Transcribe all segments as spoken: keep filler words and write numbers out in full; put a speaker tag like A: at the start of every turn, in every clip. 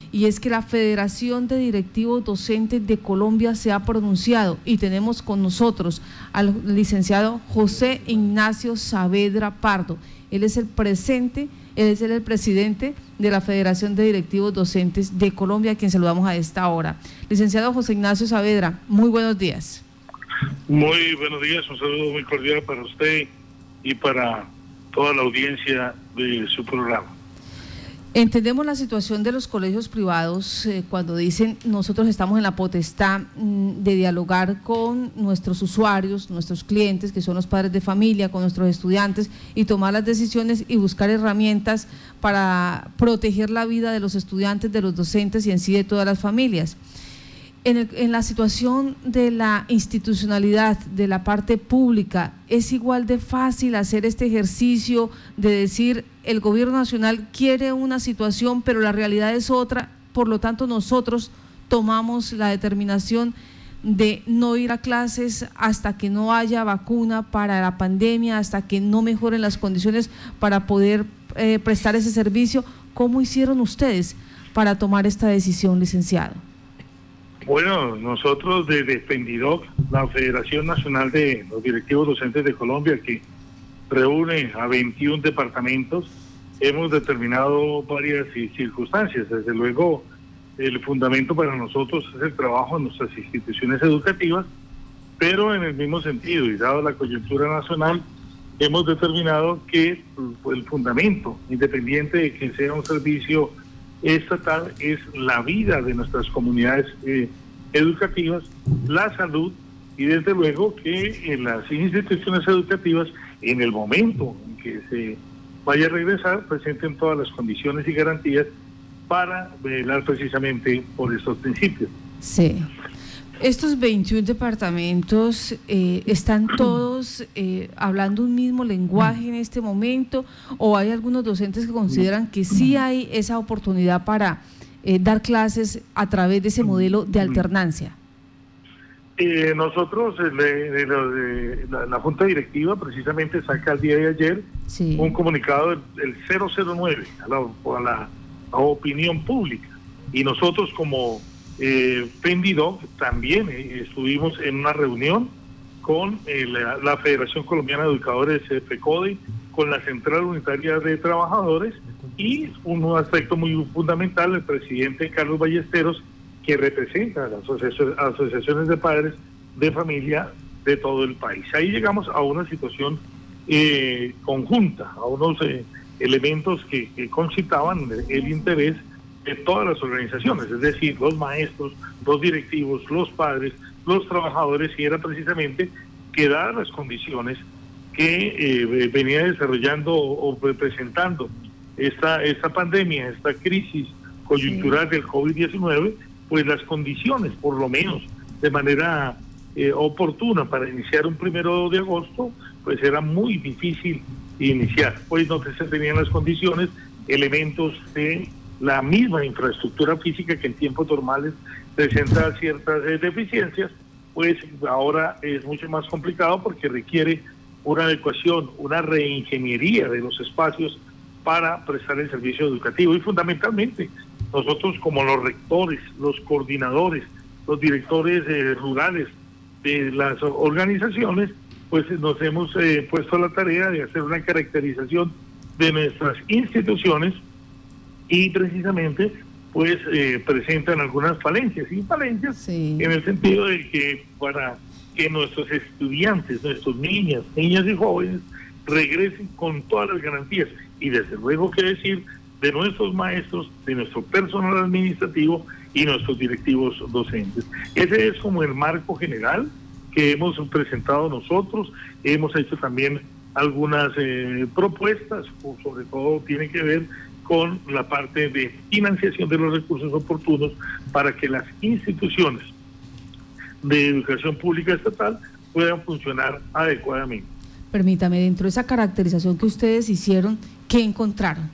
A: y es que la Federación de Directivos Docentes de Colombia se ha pronunciado y tenemos con nosotros al licenciado José Ignacio Saavedra Pardo. Él es el presente, él es el presidente de la Federación de Directivos Docentes de Colombia, a quien saludamos a esta hora. Licenciado José Ignacio Saavedra, muy buenos días.
B: Muy buenos días, un saludo muy cordial para usted y para toda la audiencia de su programa.
A: Entendemos la situación de los colegios privados eh, cuando dicen nosotros estamos en la potestad mm, de dialogar con nuestros usuarios, nuestros clientes, que son los padres de familia, con nuestros estudiantes y tomar las decisiones y buscar herramientas para proteger la vida de los estudiantes, de los docentes y en sí de todas las familias. En, el, en la situación de la institucionalidad, de la parte pública, ¿es igual de fácil hacer este ejercicio de decir el gobierno nacional quiere una situación pero la realidad es otra, por lo tanto nosotros tomamos la determinación de no ir a clases hasta que no haya vacuna para la pandemia, hasta que no mejoren las condiciones para poder eh, prestar ese servicio? ¿Cómo hicieron ustedes para tomar esta decisión, licenciado?
B: Bueno, nosotros desde FENDIDOC, la Federación Nacional de los Directivos Docentes de Colombia, que reúne a veintiún departamentos, hemos determinado varias circunstancias. Desde luego, el fundamento para nosotros es el trabajo en nuestras instituciones educativas, pero en el mismo sentido, y dado la coyuntura nacional, hemos determinado que el fundamento, independiente de que sea un servicio estatal, es la vida de nuestras comunidades eh, educativas, la salud, y desde luego que en las instituciones educativas, en el momento en que se vaya a regresar, presenten todas las condiciones y garantías para velar precisamente por estos principios.
A: Sí. Estos veintiún departamentos eh, están todos eh, hablando un mismo lenguaje en este momento, o hay algunos docentes que consideran que sí hay esa oportunidad para eh, dar clases a través de ese modelo de alternancia.
B: Eh, nosotros, de, de, de, la, la Junta Directiva, precisamente saca el día de ayer sí. un comunicado del, del cero cero nueve a la, a la a opinión pública, y nosotros como Eh, FENDIDOC también eh, estuvimos en una reunión con eh, la, la Federación Colombiana de Educadores, eh, FECODE, con la Central Unitaria de Trabajadores, y un aspecto muy fundamental, el presidente Carlos Ballesteros, que representa a las asociaciones, asociaciones de padres de familia de todo el país. Ahí llegamos a una situación eh, conjunta, a unos eh, elementos que, que concitaban el interés de todas las organizaciones, es decir, los maestros, los directivos, los padres, los trabajadores, y era precisamente que dadas las condiciones que eh, venía desarrollando o, o presentando esta, esta pandemia, esta crisis coyuntural sí. del COVID diecinueve, pues las condiciones, por lo menos de manera eh, oportuna para iniciar un primero de agosto, pues era muy difícil iniciar, pues no se tenían las condiciones, elementos de la misma infraestructura física que en tiempos normales presenta ciertas eh, deficiencias, pues ahora es mucho más complicado porque requiere una adecuación, una reingeniería de los espacios para prestar el servicio educativo. Y fundamentalmente nosotros, como los rectores, los coordinadores, los directores eh, rurales de las organizaciones, pues nos hemos eh, puesto a la tarea de hacer una caracterización de nuestras instituciones, y precisamente pues eh, presentan algunas falencias y falencias sí. en el sentido de que para que nuestros estudiantes, nuestros niñas, niñas y jóvenes regresen con todas las garantías, y desde luego que decir de nuestros maestros, de nuestro personal administrativo y nuestros directivos docentes. Ese es como el marco general que hemos presentado nosotros. Hemos hecho también algunas eh, propuestas, sobre todo tiene que ver con la parte de financiación de los recursos oportunos para que las instituciones de educación pública estatal puedan funcionar adecuadamente.
A: Permítame, dentro de esa caracterización que ustedes hicieron, ¿qué encontraron?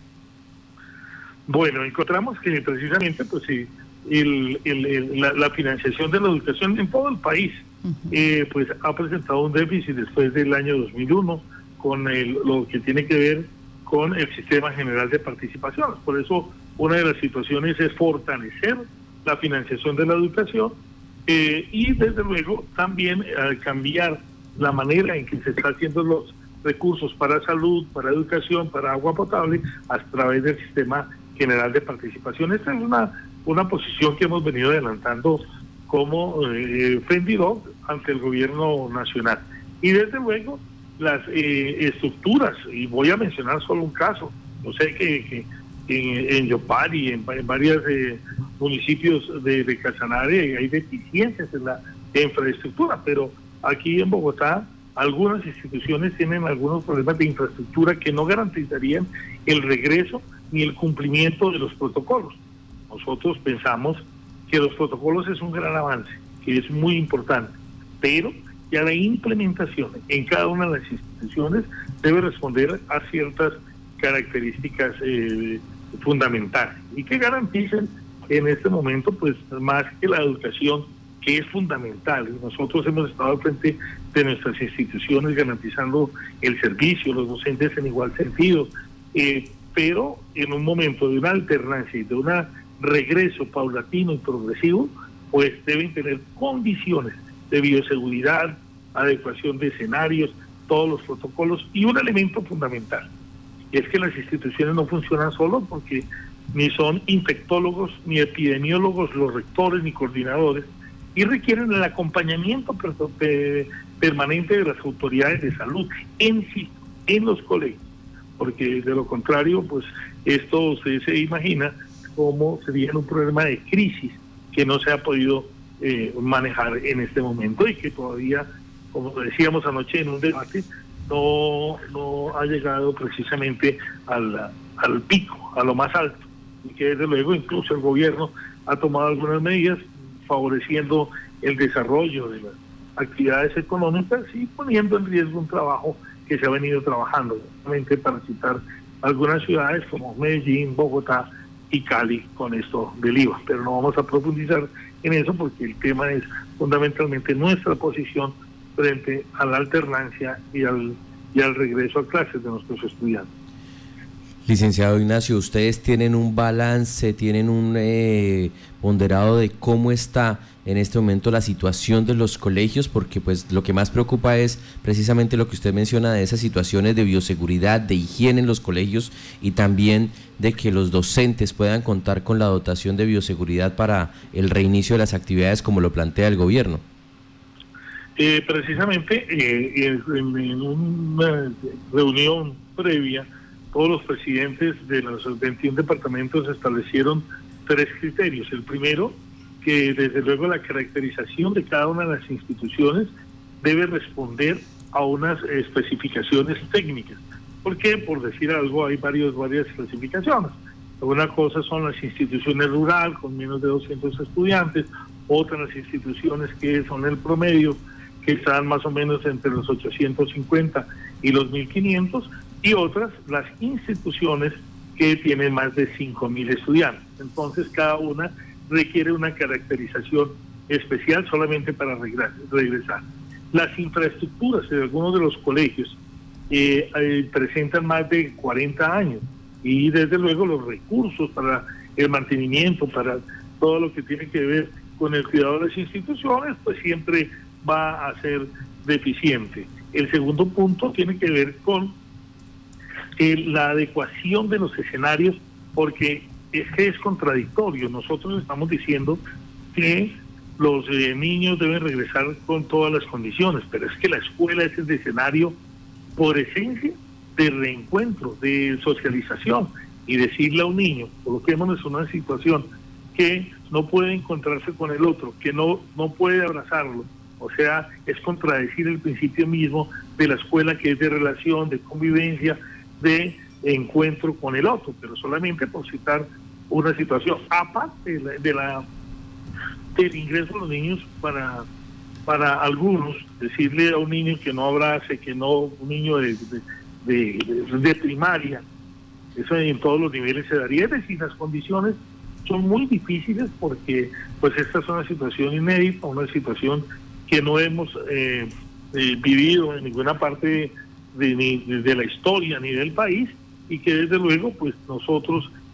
B: Bueno, encontramos que precisamente pues sí, el, el, el, la, la financiación de la educación en todo el país uh-huh. eh, pues ha presentado un déficit después del año dos mil uno con el, lo que tiene que ver con el sistema general de participaciones. Por eso una de las situaciones es fortalecer la financiación de la educación eh, y desde luego también eh, cambiar la manera en que se están haciendo los recursos para salud, para educación, para agua potable, a través del sistema general de participación. Esta es una, una posición que hemos venido adelantando como eh, Fendidog ante el gobierno nacional. Y desde luego las eh, estructuras, y voy a mencionar solo un caso, yo sé que, que en, en Yopal y en, en varios eh, municipios de, de Casanare hay deficiencias en la infraestructura, pero aquí en Bogotá algunas instituciones tienen algunos problemas de infraestructura que no garantizarían el regreso ni el cumplimiento de los protocolos. Nosotros pensamos que los protocolos es un gran avance, que es muy importante, pero ya la implementación en cada una de las instituciones debe responder a ciertas características eh, fundamentales y que garanticen en este momento pues más que la educación, que es fundamental. Nosotros hemos estado al frente de nuestras instituciones garantizando el servicio, los docentes en igual sentido, eh, pero en un momento de una alternancia y de un regreso paulatino y progresivo, pues deben tener condiciones de bioseguridad, adecuación de escenarios, todos los protocolos y un elemento fundamental, y es que las instituciones no funcionan solo porque ni son infectólogos ni epidemiólogos los rectores ni coordinadores, y requieren el acompañamiento permanente de las autoridades de salud en sí, en los colegios, porque de lo contrario, pues esto se, se imagina cómo sería un problema de crisis que no se ha podido eh, manejar en este momento y que todavía, como decíamos anoche en un debate, no, no ha llegado precisamente al, al pico, a lo más alto, y que desde luego incluso el gobierno ha tomado algunas medidas favoreciendo el desarrollo de las actividades económicas y poniendo en riesgo un trabajo que se ha venido trabajando, solamente para citar algunas ciudades como Medellín, Bogotá y Cali con esto del I V A, pero no vamos a profundizar en eso porque el tema es fundamentalmente nuestra posición frente a la alternancia y al, y al regreso a clases de nuestros estudiantes.
C: Licenciado Ignacio, ustedes tienen un balance, tienen un eh, ponderado de cómo está en este momento la situación de los colegios, porque pues lo que más preocupa es precisamente lo que usted menciona de esas situaciones de bioseguridad, de higiene en los colegios y también de que los docentes puedan contar con la dotación de bioseguridad para el reinicio de las actividades como lo plantea el gobierno.
B: Eh, precisamente eh, en, en una reunión previa, todos los presidentes de los veintiún departamentos establecieron tres criterios. El primero, que desde luego la caracterización de cada una de las instituciones debe responder a unas especificaciones técnicas. Porque, por decir algo, hay varios, varias clasificaciones. Una cosa son las instituciones rurales con menos de doscientos estudiantes, otras las instituciones que son el promedio, que están más o menos entre los ochocientos cincuenta y los mil quinientos, y otras las instituciones que tienen más de cinco mil estudiantes. Entonces cada una requiere una caracterización especial solamente para regresar. Las infraestructuras de algunos de los colegios eh, eh, presentan más de cuarenta años y desde luego los recursos para el mantenimiento, para todo lo que tiene que ver con el cuidado de las instituciones, pues siempre va a ser deficiente. El segundo punto tiene que ver con eh, la adecuación de los escenarios, porque es que es contradictorio. Nosotros estamos diciendo que los eh, niños deben regresar con todas las condiciones, pero es que la escuela es el escenario por esencia de reencuentro, de socialización, y decirle a un niño, coloquémonos en una situación que no puede encontrarse con el otro, que no, no puede abrazarlo, o sea, es contradecir el principio mismo de la escuela, que es de relación, de convivencia, de encuentro con el otro, pero solamente por citar una situación, aparte de la, de la del ingreso de los niños para para algunos, decirle a un niño que no abrace, que no, un niño de, de, de, de primaria, eso en todos los niveles se daría, es decir, las condiciones son muy difíciles porque pues esta es una situación inédita, una situación que no hemos eh, eh, vivido en ninguna parte de, ni de la historia ni del país, y que desde luego pues nosotros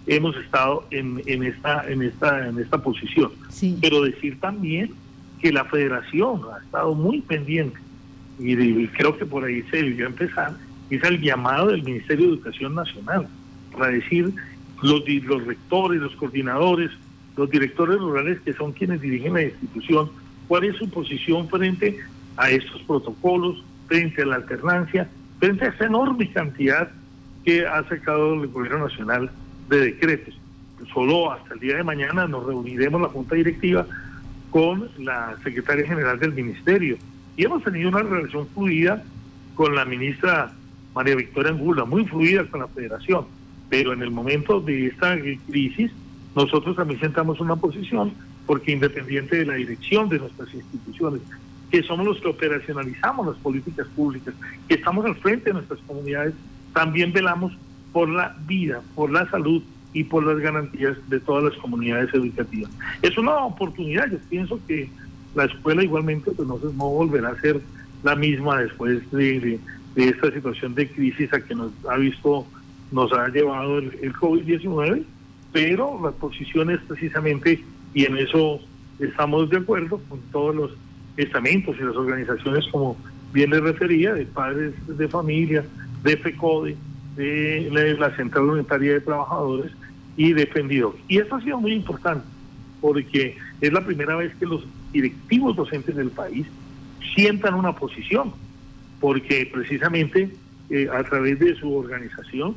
B: hemos estado en, en esta en esta en esta posición. Sí. Pero decir también que la federación ha estado muy pendiente, y, y creo que por ahí se debió empezar, es el llamado del Ministerio de Educación Nacional, para decir los, los rectores, los coordinadores, los directores rurales, que son quienes dirigen la institución, cuál es su posición frente a estos protocolos, frente a la alternancia, frente a esta enorme cantidad que ha sacado el gobierno nacional de decretos. Solo hasta el día de mañana nos reuniremos la junta directiva con la secretaria general del ministerio y hemos tenido una relación fluida con la ministra María Victoria Angula, muy fluida con la federación, pero en el momento de esta crisis nosotros también sentamos una posición, porque independiente de la dirección de nuestras instituciones, que somos los que operacionalizamos las políticas públicas, que estamos al frente de nuestras comunidades, también velamos por la vida, por la salud y por las garantías de todas las comunidades educativas. Es una oportunidad. Yo pienso que la escuela igualmente pues no, no volverá a ser la misma después de, de, de esta situación de crisis a que nos ha visto, nos ha llevado el, el COVID diecinueve, pero las posiciones precisamente, y en eso estamos de acuerdo con todos los estamentos y las organizaciones, como bien les refería, de padres de familia, de FECODE, de la, la Central Unitaria de Trabajadores y de FENDIDOC. Y esto ha sido muy importante, porque es la primera vez que los directivos docentes del país sientan una posición, porque precisamente eh, a través de su organización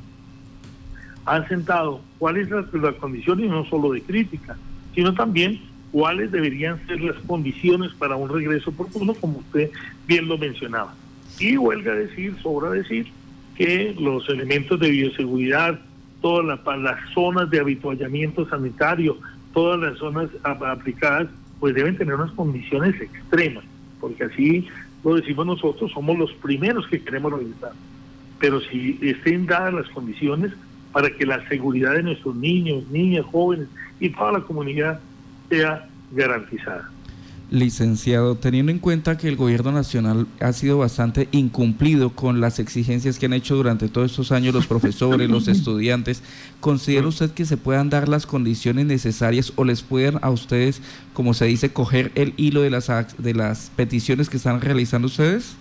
B: han sentado cuáles son las, las condiciones, no solo de crítica, sino también cuáles deberían ser las condiciones para un regreso oportuno, como usted bien lo mencionaba. Y huelga a decir, sobra decir, que los elementos de bioseguridad, todas la, las zonas de habituallamiento sanitario, todas las zonas aplicadas, pues deben tener unas condiciones extremas, porque así lo decimos nosotros, somos los primeros que queremos regresar. Pero si estén dadas las condiciones para que la seguridad de nuestros niños, niñas, jóvenes y toda la comunidad sea garantizada.
D: Licenciado, teniendo en cuenta que el gobierno nacional ha sido bastante incumplido con las exigencias que han hecho durante todos estos años los profesores, los estudiantes, ¿considera usted que se puedan dar las condiciones necesarias o les puedan a ustedes, como se dice, coger el hilo de las, de las peticiones que están realizando ustedes?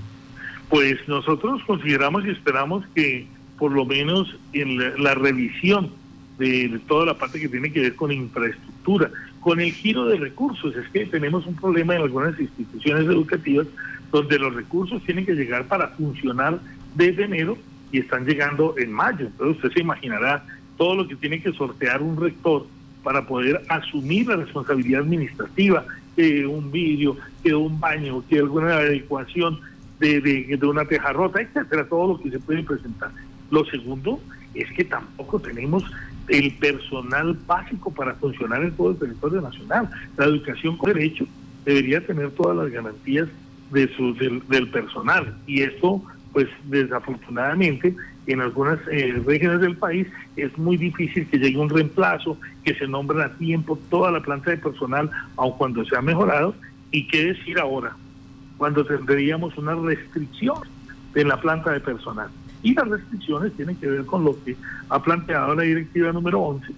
B: Pues nosotros consideramos y esperamos que por lo menos en la, la revisión de, de toda la parte que tiene que ver con infraestructura, con el giro de recursos. Es que tenemos un problema en algunas instituciones educativas donde los recursos tienen que llegar para funcionar desde enero y están llegando en mayo. Entonces usted se imaginará todo lo que tiene que sortear un rector para poder asumir la responsabilidad administrativa de un vidrio, que de un baño, que de alguna adecuación de, de, de una teja rota, etcétera, todo lo que se puede presentar. Lo segundo es que tampoco tenemos el personal básico para funcionar en todo el territorio nacional. La educación con derecho debería tener todas las garantías de su, del, del personal, y esto pues desafortunadamente en algunas eh, regiones del país es muy difícil que llegue un reemplazo, que se nombre a tiempo toda la planta de personal, aun cuando se ha mejorado. Y qué decir ahora, cuando tendríamos una restricción en la planta de personal. Y las restricciones tienen que ver con lo que ha planteado la directiva número once,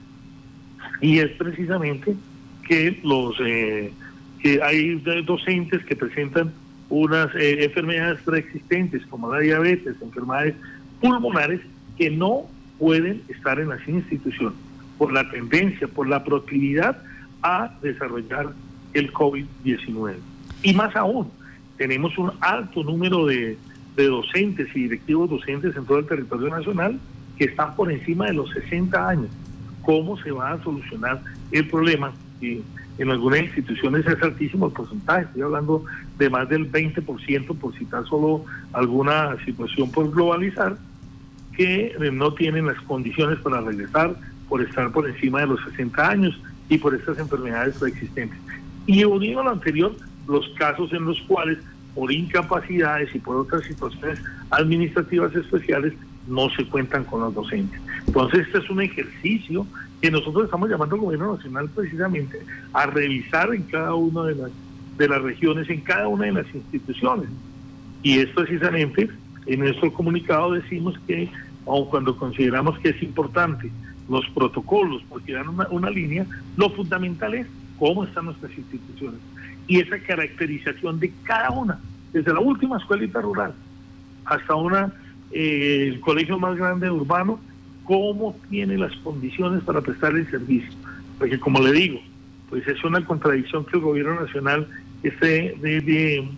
B: y es precisamente que los eh, que hay docentes que presentan unas eh, enfermedades preexistentes como la diabetes, enfermedades pulmonares, que no pueden estar en las instituciones por la tendencia, por la proclividad a desarrollar el COVID diecinueve. Y más aún, tenemos un alto número de de docentes y directivos docentes en todo el territorio nacional que están por encima de los sesenta años. ¿Cómo se va a solucionar el problema? Y en algunas instituciones es altísimo el porcentaje, estoy hablando de más del veinte por ciento, por citar solo alguna situación por globalizar, que no tienen las condiciones para regresar por estar por encima de los sesenta años y por estas enfermedades preexistentes. Y unido a lo anterior, los casos en los cuales por incapacidades y por otras situaciones administrativas especiales no se cuentan con los docentes. Entonces este es un ejercicio que nosotros estamos llamando al gobierno nacional precisamente a revisar en cada una de las, de las regiones, en cada una de las instituciones. Y es precisamente, en nuestro comunicado decimos que, aun cuando consideramos que es importante los protocolos, porque dan una, una línea. Lo fundamental es cómo están nuestras instituciones y esa caracterización de cada una, desde la última escuelita rural hasta una eh, el colegio más grande urbano, cómo tiene las condiciones para prestar el servicio. Porque como le digo, pues es una contradicción que el gobierno nacional esté de, de,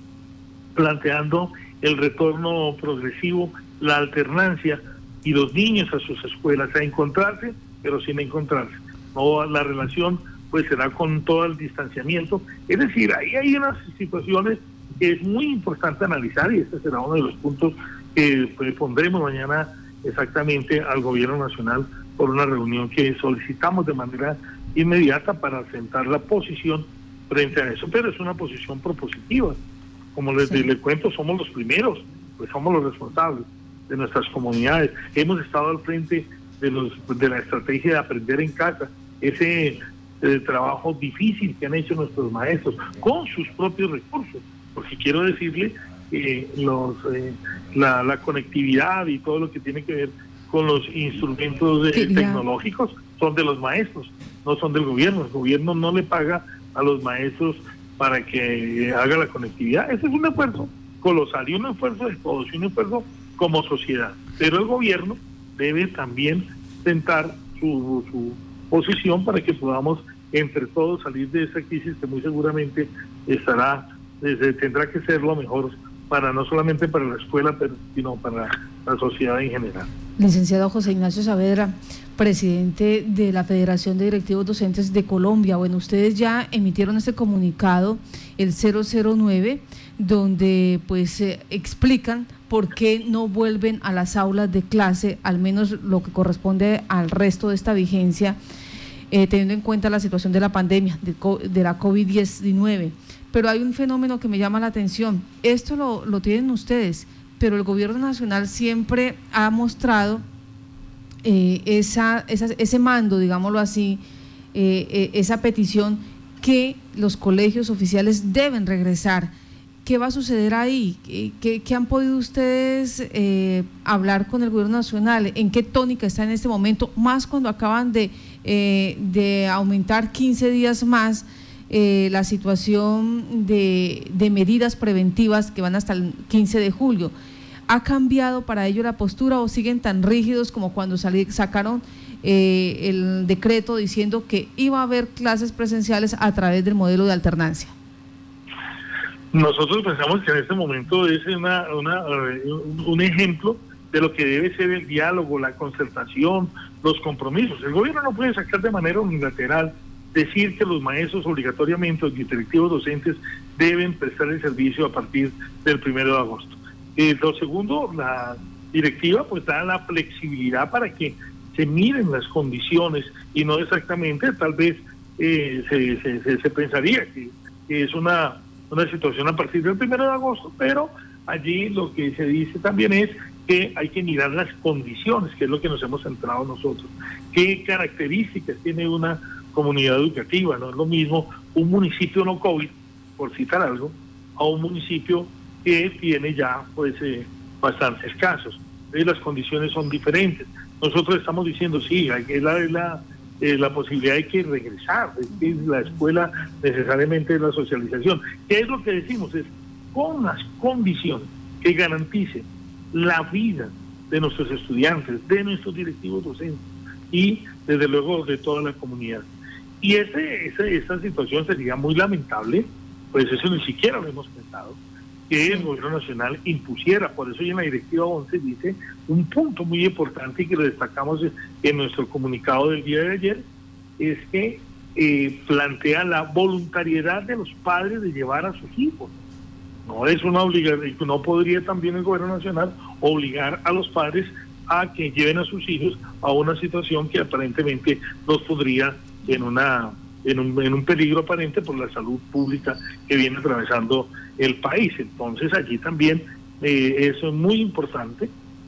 B: planteando el retorno progresivo, la alternancia y los niños a sus escuelas, a encontrarse, pero sin encontrarse. No, la relación pues será con todo el distanciamiento. Es decir, ahí hay unas situaciones que es muy importante analizar, y este será uno de los puntos que pues, pondremos mañana exactamente al gobierno nacional por una reunión que solicitamos de manera inmediata para sentar la posición frente a eso, pero es una posición propositiva. Como les, sí. les cuento, somos los primeros, pues somos los responsables de nuestras comunidades. Hemos estado al frente de los de la estrategia de aprender en casa, ese eh, trabajo difícil que han hecho nuestros maestros con sus propios recursos, porque quiero decirle que eh, los eh, la, la conectividad y todo lo que tiene que ver con los instrumentos eh, tecnológicos son de los maestros, no son del gobierno. El gobierno no le paga a los maestros para que eh, haga la conectividad. Ese es un esfuerzo colosal y un esfuerzo de todos y un esfuerzo como sociedad, pero el gobierno debe también sentar su, su posición para que podamos entre todos salir de esta crisis que muy seguramente estará, desde, tendrá que ser lo mejor para no solamente para la escuela, pero sino para la sociedad en general.
A: Licenciado José Ignacio Saavedra, presidente de la Federación de Directivos Docentes de Colombia. Bueno, ustedes ya emitieron este comunicado, el cero cero nueve, donde pues eh, explican por qué no vuelven a las aulas de clase, al menos lo que corresponde al resto de esta vigencia, eh, teniendo en cuenta la situación de la pandemia, de, de la COVID diecinueve. Pero hay un fenómeno que me llama la atención. Esto lo, lo tienen ustedes, pero el gobierno nacional siempre ha mostrado eh, esa, esa, ese mando, digámoslo así, eh, eh, esa petición que los colegios oficiales deben regresar. ¿Qué va a suceder ahí? ¿Qué, qué han podido ustedes eh, hablar con el gobierno nacional? ¿En qué tónica está en este momento? Más cuando acaban de, eh, de aumentar quince días más eh, la situación de, de medidas preventivas que van hasta el quince de julio. ¿Ha cambiado para ello la postura o siguen tan rígidos como cuando salí, sacaron eh, el decreto diciendo que iba a haber clases presenciales a través del modelo de alternancia?
B: Nosotros pensamos que en este momento es una, una, un, un ejemplo de lo que debe ser el diálogo, la concertación, los compromisos. El gobierno no puede sacar de manera unilateral, decir que los maestros obligatoriamente, los directivos docentes, deben prestar el servicio a partir del primero de agosto. Eh, lo segundo, la directiva pues da la flexibilidad para que se miren las condiciones y no exactamente, tal vez eh, se, se, se, se pensaría que, que es una... una situación a partir del primero de agosto, pero allí lo que se dice también es que hay que mirar las condiciones, que es lo que nos hemos centrado nosotros. ¿Qué características tiene una comunidad educativa? No es lo mismo un municipio no COVID, por citar algo, a un municipio que tiene ya pues eh, bastantes casos. Entonces, las condiciones son diferentes. Nosotros estamos diciendo, sí, hay que la, la Eh, la posibilidad de que regresar, es que la escuela necesariamente es la socialización. ¿Qué es lo que decimos? Es con las condiciones que garanticen la vida de nuestros estudiantes, de nuestros directivos docentes y desde luego de toda la comunidad. Y ese, ese, esa situación sería muy lamentable, pues eso ni siquiera lo hemos pensado, que el gobierno nacional impusiera. Por eso en la directiva once dice un punto muy importante y que lo destacamos en nuestro comunicado del día de ayer, es que eh, plantea la voluntariedad de los padres de llevar a sus hijos. No es una obligación, no podría también el gobierno nacional obligar a los padres a que lleven a sus hijos a una situación que aparentemente los pondría en una En un, en un peligro aparente por la salud pública que viene atravesando el país. Entonces allí también eh, es muy importante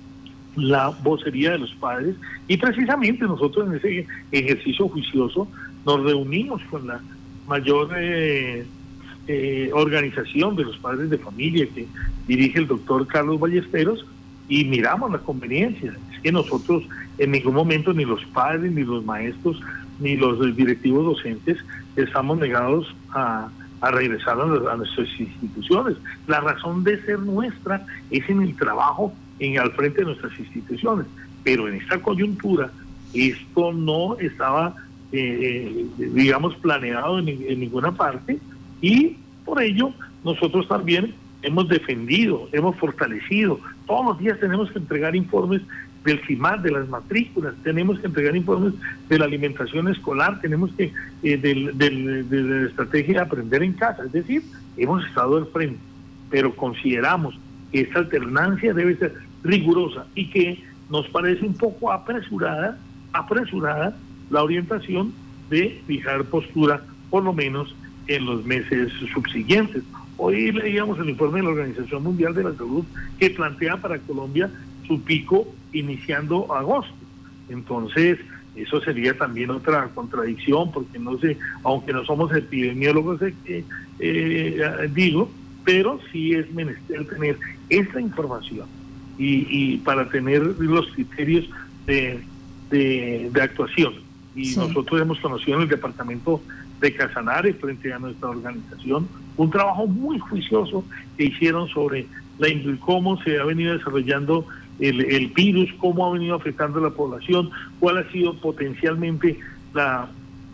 B: la vocería de los padres, y precisamente nosotros en ese ejercicio juicioso nos reunimos con la mayor eh, eh, organización de los padres de familia que dirige el doctor Carlos Ballesteros, y miramos la conveniencia. Es que nosotros en ningún momento, ni los padres, ni los maestros, ni los directivos docentes, estamos negados a, a regresar a, a nuestras instituciones. La razón de ser nuestra es en el trabajo en al frente de nuestras instituciones, pero en esta coyuntura esto no estaba, eh, digamos, planeado en, en ninguna parte, y por ello nosotros también hemos defendido, hemos fortalecido. Todos los días tenemos que entregar informes del CIMAD, de las matrículas, tenemos que entregar informes de la alimentación escolar, tenemos que, eh, del, del, de la estrategia de aprender en casa. Es decir, hemos estado al frente, pero consideramos que esta alternancia debe ser rigurosa y que nos parece un poco apresurada, apresurada la orientación de fijar postura, por lo menos en los meses subsiguientes. Hoy leíamos el informe de la Organización Mundial de la Salud que plantea para Colombia su pico iniciando agosto. Entonces, eso sería también otra contradicción, porque no sé, aunque no somos epidemiólogos, eh, eh, digo, pero sí es menester tener esta información y, y para tener los criterios de, de, de actuación. Y sí, nosotros hemos conocido en el departamento de Casanare, frente a nuestra organización, un trabajo muy juicioso que hicieron sobre la, cómo se ha venido desarrollando el, el virus, cómo ha venido afectando a la población, cuál ha sido potencialmente la,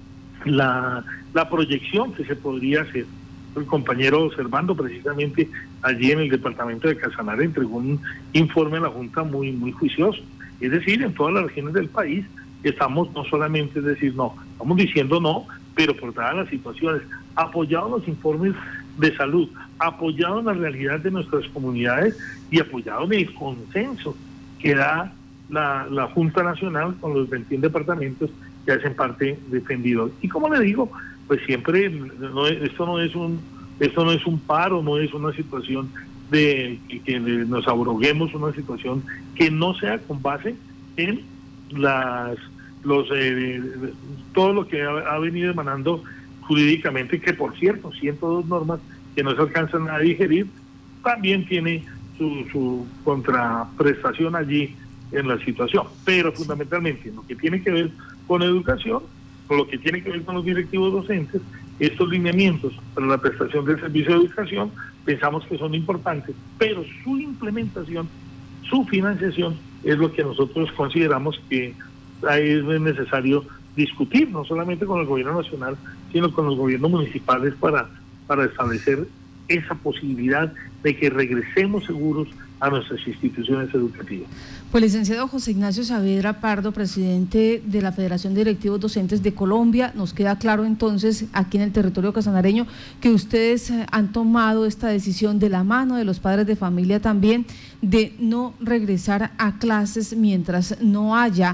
B: la, la proyección que se podría hacer. El compañero Servando, precisamente allí en el departamento de Casanare, entregó un informe a la Junta muy, muy juicioso. Es decir, en todas las regiones del país estamos no solamente, es decir, no, estamos diciendo no, pero por todas las situaciones, apoyados en los informes de salud, apoyados en la realidad de nuestras comunidades y apoyados en el consenso que da la, la Junta Nacional con los veintiún departamentos que hacen parte defendidos. Y como le digo, pues siempre no, esto no es un esto no es un paro, no es una situación de que, que nos abroguemos, una situación que no sea con base en las los eh, todo lo que ha, ha venido emanando jurídicamente, que por cierto, ciento dos normas que no se alcanzan a digerir, también tiene su, su contraprestación allí en la situación. Pero fundamentalmente, lo que tiene que ver con educación, con lo que tiene que ver con los directivos docentes, estos lineamientos para la prestación del servicio de educación, pensamos que son importantes, pero su implementación, su financiación, es lo que nosotros consideramos que es necesario discutir, no solamente con el gobierno nacional, sino con los gobiernos municipales para, para establecer esa posibilidad de que regresemos seguros a nuestras instituciones educativas.
A: Pues licenciado José Ignacio Saavedra Pardo, presidente de la Federación de Directivos Docentes de Colombia, nos queda claro entonces aquí en el territorio casanareño que ustedes han tomado esta decisión de la mano de los padres de familia también de no regresar a clases mientras no haya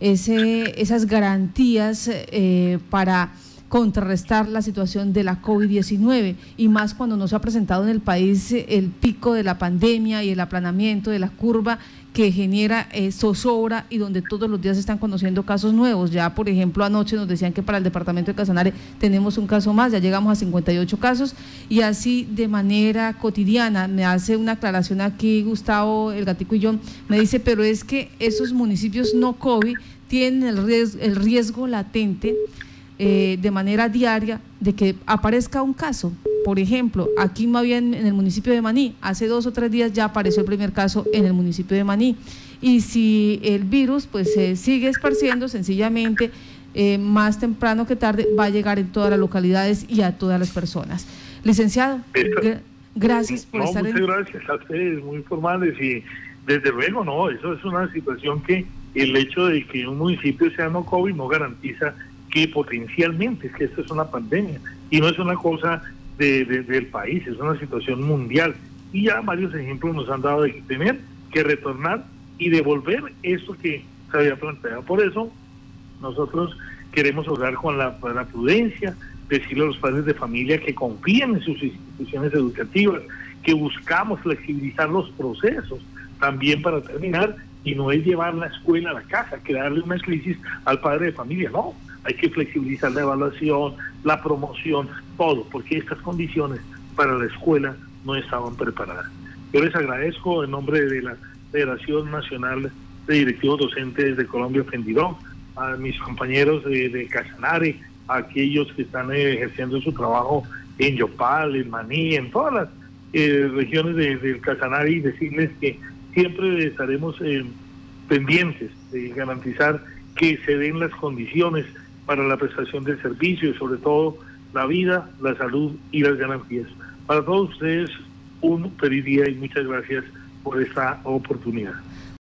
A: ese, esas garantías eh, para contrarrestar la situación de la COVID diecinueve, y más cuando no se ha presentado en el país el pico de la pandemia y el aplanamiento de la curva que genera eh, zozobra y donde todos los días se están conociendo casos nuevos. Ya, por ejemplo, anoche nos decían que para el departamento de Casanare tenemos un caso más, ya llegamos a cincuenta y ocho casos, y así de manera cotidiana. Me hace una aclaración aquí Gustavo, el Gatico y yo, me dice, pero es que esos municipios no COVID tienen el riesgo, el riesgo latente Eh, de manera diaria de que aparezca un caso. Por ejemplo, aquí más bien en el municipio de Maní, hace dos o tres días ya apareció el primer caso en el municipio de Maní, y si el virus pues se eh, sigue esparciendo, sencillamente eh, más temprano que tarde va a llegar en todas las localidades y a todas las personas. Licenciado, gr gracias por
B: no,
A: estar
B: muchas en... gracias a ustedes, muy formales, y desde luego no, eso es una situación que el hecho de que un municipio sea no COVID no garantiza que potencialmente, es que esto es una pandemia y no es una cosa de, de, del país, es una situación mundial, y ya varios ejemplos nos han dado de tener que retornar y devolver eso que se había planteado. Por eso nosotros queremos hablar con la, la prudencia, decirle a los padres de familia que confíen en sus instituciones educativas, que buscamos flexibilizar los procesos también para terminar, y no es llevar la escuela a la casa, crearle una crisis al padre de familia, no. Hay que flexibilizar la evaluación, la promoción, todo, porque estas condiciones para la escuela no estaban preparadas. Yo les agradezco en nombre de la, Federación Nacional de Directivos Docentes de Colombia, FENDIROC, a mis compañeros de, de Casanare, a aquellos que están eh, ejerciendo su trabajo en Yopal, en Maní, en todas las eh, regiones del de Casanare, y decirles que siempre estaremos eh, pendientes de garantizar que se den las condiciones para la prestación del servicio y sobre todo la vida, la salud y las garantías. Para todos ustedes, un feliz día y muchas gracias por esta oportunidad.